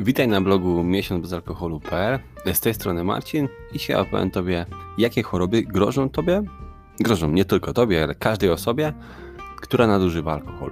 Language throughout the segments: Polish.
Witaj na blogu miesiącbezalkoholu.pl. Z tej strony Marcin i dzisiaj opowiem Tobie, jakie choroby grożą Tobie, grożą nie tylko Tobie, ale każdej osobie, która nadużywa alkoholu.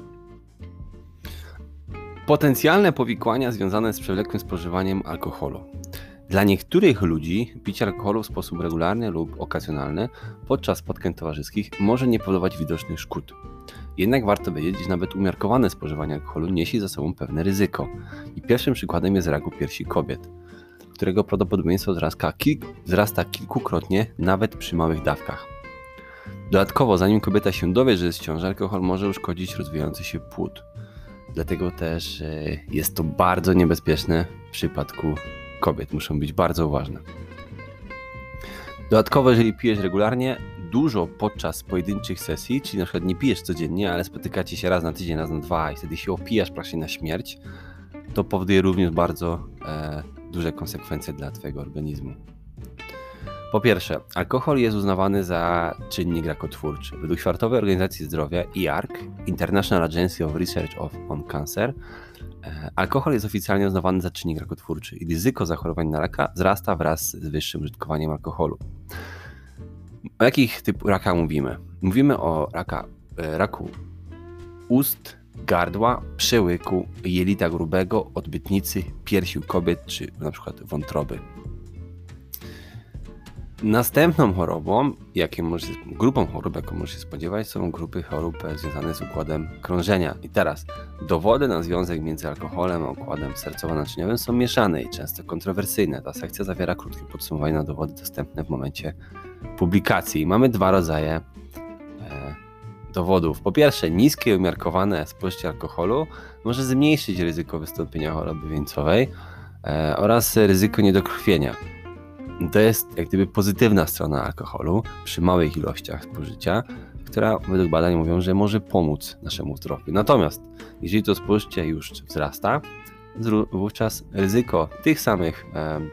Potencjalne powikłania związane z przewlekłym spożywaniem alkoholu. Dla niektórych ludzi picie alkoholu w sposób regularny lub okazjonalny podczas spotkań towarzyskich może nie powodować widocznych szkód. Jednak warto wiedzieć, że nawet umiarkowane spożywanie alkoholu niesie za sobą pewne ryzyko. I pierwszym przykładem jest raku piersi kobiet, którego prawdopodobieństwo wzrasta kilkukrotnie nawet przy małych dawkach. Dodatkowo, zanim kobieta się dowie, że jest w ciąży, alkohol może uszkodzić rozwijający się płód. Dlatego też jest to bardzo niebezpieczne w przypadku kobiet. Muszą być bardzo uważne. Dodatkowo, jeżeli pijesz regularnie, dużo podczas pojedynczych sesji, czyli na przykład nie pijesz codziennie, ale spotykacie się raz na tydzień, raz na dwa i wtedy się opijasz praktycznie na śmierć, to powoduje również bardzo duże konsekwencje dla Twojego organizmu. Po pierwsze, alkohol jest uznawany za czynnik rakotwórczy. Według Światowej Organizacji Zdrowia IARC, International Agency of Research on Cancer, alkohol jest oficjalnie uznawany za czynnik rakotwórczy i ryzyko zachorowań na raka wzrasta wraz z wyższym użytkowaniem alkoholu. O jakich typach raka mówimy? Mówimy o raku ust, gardła, przełyku, jelita grubego, odbytnicy, piersi u kobiet czy na przykład wątroby. Następną chorobą, grupą chorób, jaką możesz się spodziewać, są grupy chorób związane z układem krążenia. I teraz dowody na związek między alkoholem a układem sercowo-naczyniowym są mieszane i często kontrowersyjne. Ta sekcja zawiera krótkie podsumowanie na dowody dostępne w momencie publikacji. Mamy dwa rodzaje dowodów. Po pierwsze, niskie i umiarkowane spożycie alkoholu może zmniejszyć ryzyko wystąpienia choroby wieńcowej oraz ryzyko niedokrwienia. To jest jak gdyby pozytywna strona alkoholu przy małych ilościach spożycia, która według badań mówią, że może pomóc naszemu zdrowiu. Natomiast jeżeli to spożycie już wzrasta, wówczas ryzyko tych samych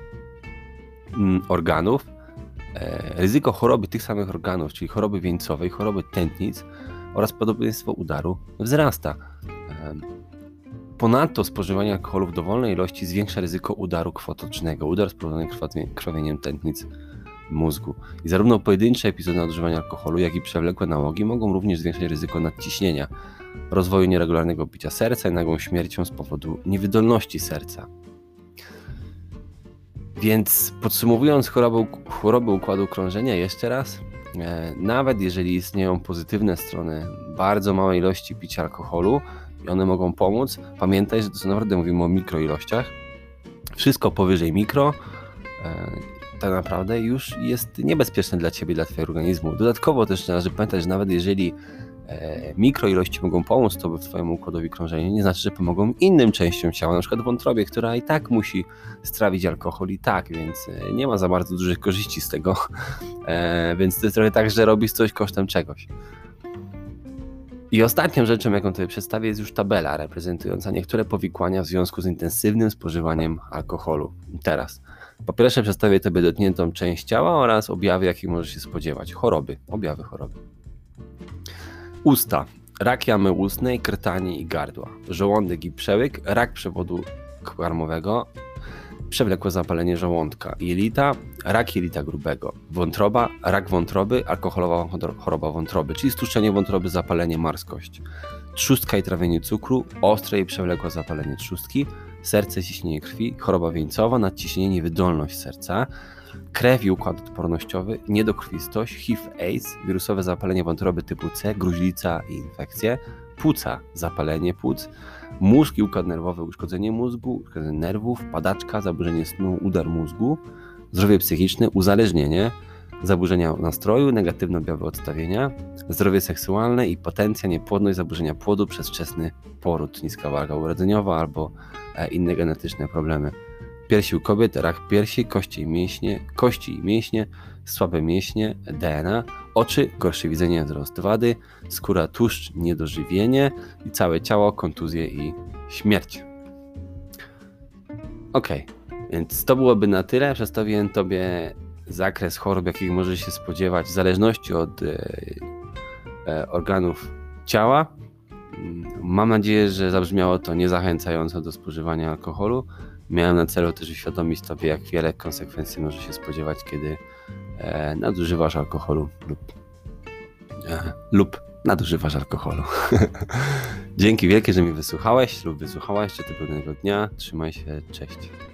organów, ryzyko choroby tych samych organów, czyli choroby wieńcowej, choroby tętnic oraz prawdopodobieństwo udaru wzrasta. Ponadto spożywanie alkoholu w dowolnej ilości zwiększa ryzyko udaru krwotocznego, udar spowodowany krwawieniem tętnic mózgu. I zarówno pojedyncze epizody nadużywania alkoholu, jak i przewlekłe nałogi mogą również zwiększać ryzyko nadciśnienia, rozwoju nieregularnego bicia serca i nagłą śmiercią z powodu niewydolności serca. Więc podsumowując choroby układu krążenia jeszcze raz, nawet jeżeli istnieją pozytywne strony bardzo małej ilości picia alkoholu, i one mogą pomóc. Pamiętaj, że to naprawdę mówimy o mikroilościach. Wszystko powyżej mikro tak naprawdę już jest niebezpieczne dla Ciebie, dla Twojego organizmu. Dodatkowo też należy pamiętać, że nawet jeżeli mikroilości mogą pomóc Tobie w Twoim układowi krążenia, nie znaczy, że pomogą innym częściom ciała, na przykład wątrobie, która i tak musi strawić alkohol i tak, więc nie ma za bardzo dużych korzyści z tego. Więc to jest trochę tak, że robisz coś kosztem czegoś. I ostatnią rzeczą, jaką tutaj przedstawię, jest już tabela reprezentująca niektóre powikłania w związku z intensywnym spożywaniem alkoholu. Teraz, po pierwsze przedstawię Tobie dotkniętą część ciała oraz objawy, jakich możesz się spodziewać. Objawy choroby. Usta, rak jamy ustnej, krtani i gardła. Żołądek i przełyk, rak przewodu karmowego, przewlekłe zapalenie żołądka. Jelita, rak jelita grubego. Wątroba, rak wątroby, alkoholowa choroba wątroby, czyli stłuszczenie wątroby, zapalenie, marskość. Trzustka i trawienie cukru, ostre i przewlekłe zapalenie trzustki. Serce, ciśnienie krwi, choroba wieńcowa, nadciśnienie, niewydolność serca. Krew i układ odpornościowy, niedokrwistość, HIV/AIDS, wirusowe zapalenie wątroby typu C, gruźlica i infekcje. Płuca, zapalenie płuc. Mózg i układ nerwowy, uszkodzenie mózgu, uszkodzenie nerwów, padaczka, zaburzenie snu, udar mózgu, zdrowie psychiczne, uzależnienie, zaburzenia nastroju, negatywne objawy odstawienia, zdrowie seksualne i potencja, niepłodność, zaburzenia płodu, przedwczesny poród, niska waga urodzeniowa albo inne genetyczne problemy. Piersi u kobiet, rak piersi, kości i mięśnie, słabe mięśnie, DNA, oczy, gorsze widzenie, wzrost wady, skóra, tłuszcz, niedożywienie i całe ciało, kontuzje i śmierć. Więc to byłoby na tyle. Przedstawiłem Tobie zakres chorób, jakich możesz się spodziewać w zależności od organów ciała. Mam nadzieję, że zabrzmiało to niezachęcająco do spożywania alkoholu. Miałem na celu też uświadomić Tobie, jak wiele konsekwencji może się spodziewać, kiedy nadużywasz alkoholu lub nadużywasz alkoholu. Dzięki wielkie, że mnie wysłuchałeś lub wysłuchałaś. Życzę Ci pewnego dnia. Trzymaj się, cześć.